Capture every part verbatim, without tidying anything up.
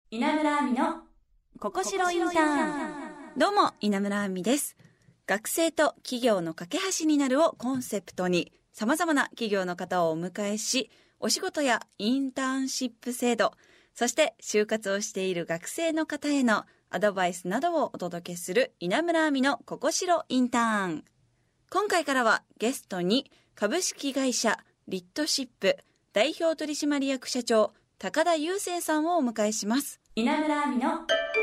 稲村亜美のここしろインターン。 どうも稲村亜美です。学生と企業の架け橋になるをコンセプトに様々な企業の方をお迎えし、お仕事やインターンシップ制度、そして就活をしている学生の方へのアドバイスなどをお届けする稲村亜美のここしろインターン。今回からはゲストに株式会社リットシップ代表取締役社長高田雄生さんをお迎えします。 稲村亜美の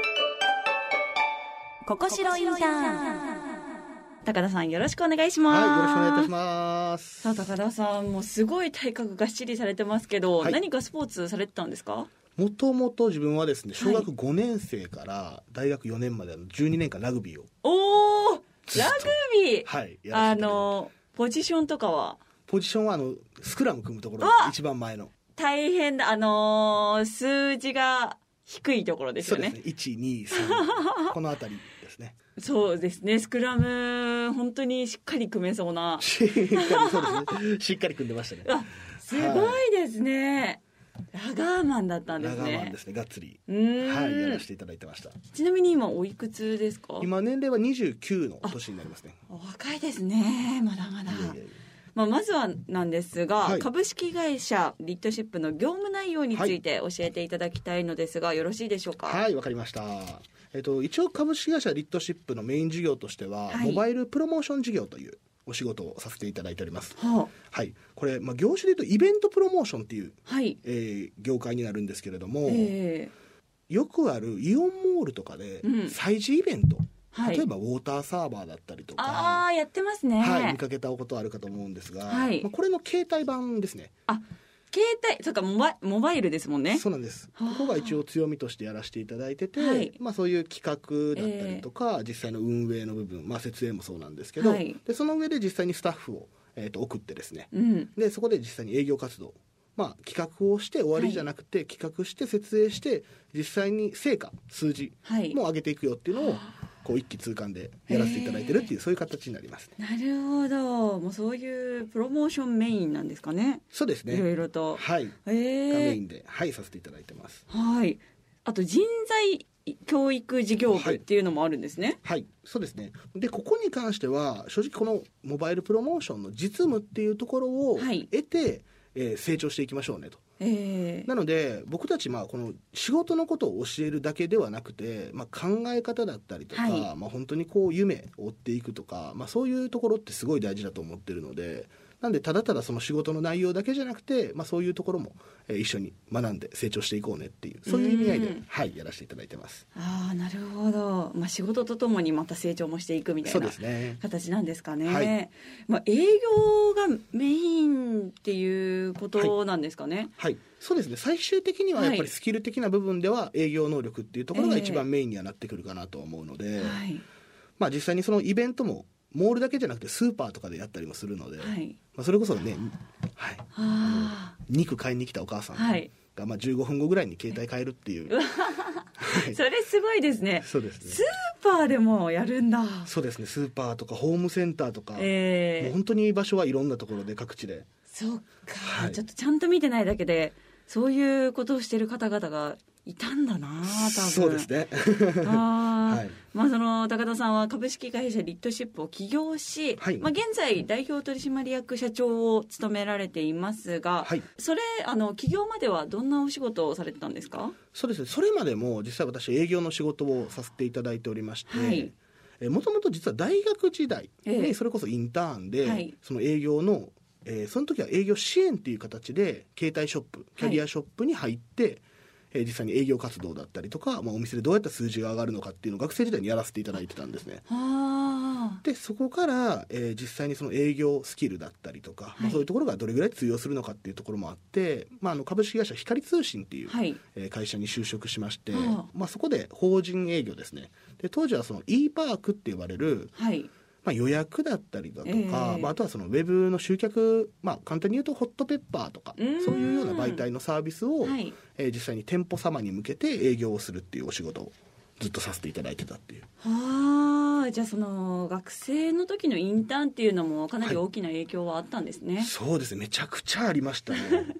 ここしろインターン。 高田さんよろしくお願いします。 はい、よろしくお願いいたします。 さあ高田さんもすごい体格がっしりされてますけど、 はい、 何かスポーツされてたんですか？ もともと自分はですね、小学ごねん生から大学よねんまでのじゅうにねんかんラグビーを。 おー、ラグビー。 はい。 あのポジションとかは？ ポジションはあのスクラム組むところ一番前の。 大変だ。あのー、数字が低いところですよね。 そうですね。いち、に、さん このあたりですね。 そうですね。スクラム本当にしっかり組めそうな。 しっかりそうですね。しっかり組んでましたね。 あ、すごいですね。はい、ラガーマンだったんですね。 ラガーマンですね。がっつり。 うーん、 はい、やらせていただいてました。 ちなみに今おいくつですか？ 今年齢はにじゅうきゅうの年になりますね。 お若いですね。まだまだ。 いやいやいや、 まあ、まずはなんですが、 はい、 株式会社リットシップの業務内容について教えていただきたいのですが、はい、よろしいでしょうか？ はい、わかりました。えっと、一応株式会社リットシップのメイン事業としては、はい、モバイルプロモーション事業というお仕事をさせていただいております。はあ、はい、これ、まあ、業種でいうとイベントプロモーションっていう、はい、えー、業界になるんですけれども、えー、よくあるイオンモールとかで催事イベント、うん、例えばウォーターサーバーだったりとか、 ああ、やってますね。 はい、見かけたことあるかと思うんですが、はい、まあ、これの携帯版ですね。 あ、携帯、そうか、モバ、モバイルですもんね。 そうなんです。ここが一応強みとしてやらせていただいてて、はい、まあ、そういう企画だったりとか、えー、実際の運営の部分、まあ、設営もそうなんですけど、はい、でその上で実際にスタッフを、えー、と送ってですね、うん、でそこで実際に営業活動、まあ、企画をして終わりじゃなくて、はい、企画して設営して実際に成果数字も上げていくよっていうのを、はい、こう一気通貫でやらせていただいてるっていう、そういう形になりますね。 なるほど。もうそういうプロモーションメインなんですかね。 そうですね。 いろいろと。 はい。がメインで、はい、させていただいてます。 はい。あと人材教育事業部っていうのもあるんですね。 はい。はい、そうですね。で、ここに関しては正直このモバイルプロモーションの実務っていうところを得て、はい、えー、成長していきましょうねと。えー、なので僕たち、まあこの仕事のことを教えるだけではなくて、まあ、考え方だったりとか、はい、まあ、本当にこう夢を追っていくとか、まあ、そういうところってすごい大事だと思ってるので、なんでただただその仕事の内容だけじゃなくて、まあ、そういうところも、えー、一緒に学んで成長していこうねっていう、そういう意味合いで、はい、やらせていただいてます。 ああ、なるほど。まあ、仕事とともにまた成長もしていくみたいな形なんですかね。はい、まあ、営業がメインっていうことなんですかね。 はい、はい、そうですね。最終的にはやっぱりスキル的な部分では営業能力っていうところが一番メインにはなってくるかなと思うので、えーはい、まあ、実際にそのイベントもモールだけじゃなくてスーパーとかでやったりもするので、はい、まあ、それこそね、はい、あ肉買いに来たお母さんがまあじゅうごふんごぐらいに携帯買えるっていう、はい、 それすごいですね。 そうですね。 スーパーでもやるんだ。 そうですね。スーパーとかホームセンターとか、えー、もう本当に場所はいろんなところで各地で。 そっか、はい、ちょっとちゃんと見てないだけでそういうことをしてる方々がいたんだな、多分。 そうですね。 あ、はい、まあ、その高田さんは株式会社リットシップを起業し、はい、まあ、現在代表取締役社長を務められていますが、はい、それあの起業まではどんなお仕事をされてたんですか？ そうですね。それまでも実際私営業の仕事をさせていただいておりまして、はい、もともと実は大学時代にそれこそインターンで、えー、その営業の、えー、その時は営業支援っていう形で携帯ショップ、キャリアショップに入って、はい、えー、実際に営業活動だったりとか、まあ、お店でどうやったら数字が上がるのかっていうのを学生時代にやらせていただいてたんですね。でそこから、えー、実際にその営業スキルだったりとか、はい、まあ、そういうところがどれぐらい通用するのかっていうところもあって、まあ、あの株式会社光通信っていう、はい、えー、会社に就職しまして、まあ、そこで法人営業ですね。で当時はその e パークって呼ばれる、はい、まあ、予約だったりだとか、えーまあ、あとはそのウェブの集客、まあ、簡単に言うとホットペッパーとかそういうような媒体のサービスを、はい、えー、実際に店舗様に向けて営業をするっていうお仕事をずっとさせていただいてたっていう。 はあ、じゃあその学生の時のインターンっていうのもかなり大きな影響はあったんですね。 はい、そうですね。めちゃくちゃありましたね。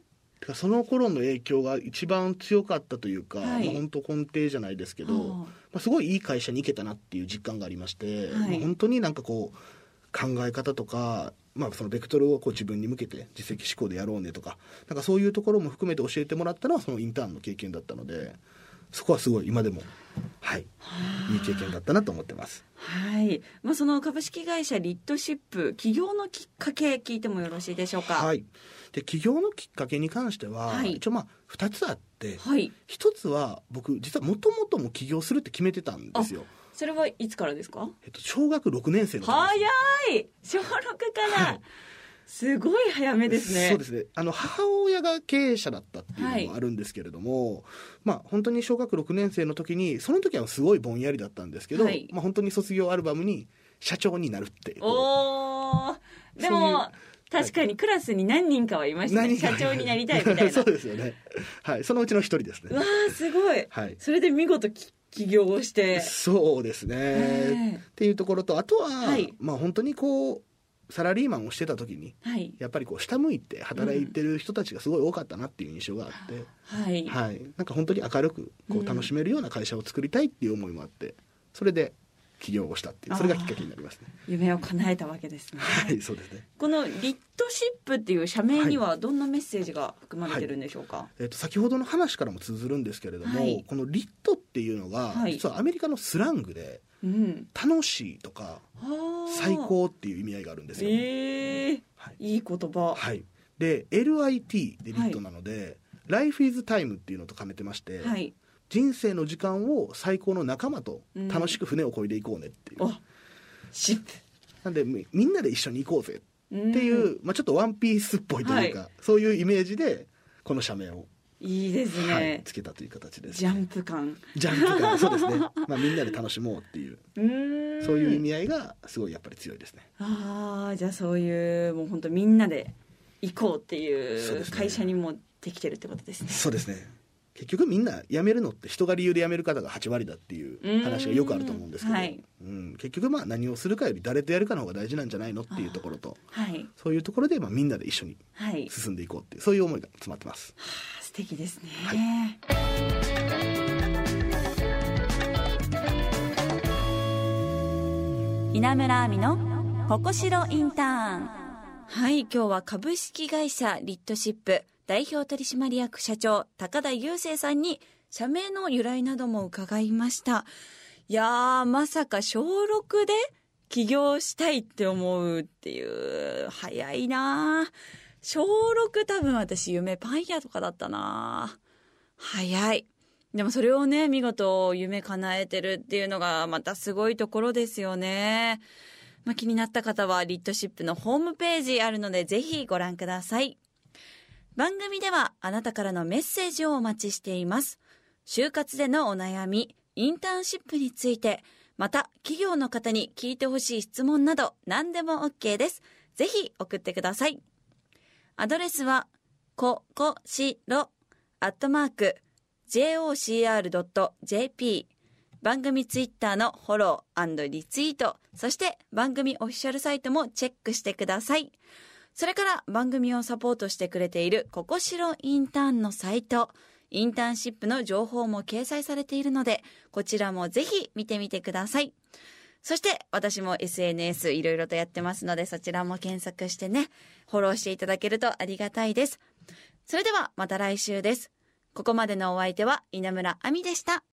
てかその頃の影響が一番強かったというか、 はい、 まあ、本当根底じゃないですけど、まあ、すごいいい会社に行けたなっていう実感がありまして、はい、まあ、本当になんかこう考え方とか、まあ、そのベクトルをこう自分に向けて実績思考でやろうねとか、なんかそういうところも含めて教えてもらったのはそのインターンの経験だったので、そこはすごい今でも、はい、いい経験だったなと思ってます。 はい、まあ、その株式会社リッドシップ起業のきっかけ聞いてもよろしいでしょうか。 はい、で起業のきっかけに関しては、はい、一応まあふたつあって、はい、ひとつは僕実はもともとも起業するって決めてたんですよ。 それはいつからですか？ えっと、小学ろくねん生の時です。 早い、小ろくから、はい、すごい早めですね。 そうですね、あの母親が経営者だったっていうのもあるんですけれども、はい、まあ、本当に小学ろくねん生の時にその時はすごいぼんやりだったんですけど、はい、まあ、本当に卒業アルバムに社長になるっていう。 おー、でも確かにクラスに何人かはいましたね、はい、社長になりたいみたいなそうですよね、はい、そのうちの一人ですね。 わー、すごい、はい、それで見事起業をして。 そうですねっていうところと、あとは、はい、まあ、本当にこうサラリーマンをしてた時に、はい、やっぱりこう下向いて働いてる人たちがすごい多かったなっていう印象があって、うんはいはい、なんか本当に明るくこう楽しめるような会社を作りたいっていう思いもあって、それで起業をしたっていう、それがきっかけになりますね。 夢を叶えたわけですね。 はい、そうですね。 このリッドシップっていう社名にはどんなメッセージが含まれてるんでしょうか？はいはい、えーと、先ほどの話からも通ずるんですけれども、はい、このリッドっていうのが、はい、実はアメリカのスラングで、うん、楽しいとか最高っていう意味合いがあるんですよ。 えーはい、いい言葉、 はい、で エルアイティー でリッドなので、はい、Life is Time っていうのと兼ねてまして、はい、人生の時間を最高の仲間と楽しく船を漕いでいこうねっていう、うん、 シップなんでみんなで一緒に行こうぜっていう、うん、まあ、ちょっとワンピースっぽいというか、はい、そういうイメージでこの社名をいいですね、はい、 つけたという形です、ね、 ジャンプ感ジャンプ感そうですね、まあ、みんなで楽しもうっていううそういう意味合いがすごいやっぱり強いですね。 ああ、じゃあそういうもう本当みんなで行こうっていう会社にもできてるってことですね。 そうですね。結局みんな辞めるのって人が理由で辞める方がはち割だっていう話がよくあると思うんですけど、はいうん、結局まあ何をするかより誰とやるかの方が大事なんじゃないのっていうところと、はい、そういうところでまあみんなで一緒に進んでいこうっていう、そういう思いが詰まってます。 はあ、素敵ですね、はい、 稲村亜美のここしろインターン。 はい、今日は株式会社リッドシップ代表取締役社長高田雄生さんに社名の由来なども伺いました。いやー、まさか小ろくで起業したいって思うっていう、早いな。小ろく多分私夢パン屋とかだったな。早い。でもそれをね、見事夢叶えてるっていうのがまたすごいところですよね。まあ、気になった方はリッドシップのホームページあるのでぜひご覧ください。番組ではあなたからのメッセージをお待ちしています。就活でのお悩み、インターンシップについて、また企業の方に聞いてほしい質問など何でも OK です。ぜひ送ってください。アドレスはここしろアットマーク ジェイオーシーアールドットジェーピー、 番組ツイッターのフォロー&リツイート、そして番組オフィシャルサイトもチェックしてください。それから番組をサポートしてくれているここしろインターンのサイト、インターンシップの情報も掲載されているので、こちらもぜひ見てみてください。そして私も エスエヌエス いろいろとやってますので、そちらも検索してね、フォローしていただけるとありがたいです。それではまた来週です。ここまでのお相手は稲村亜美でした。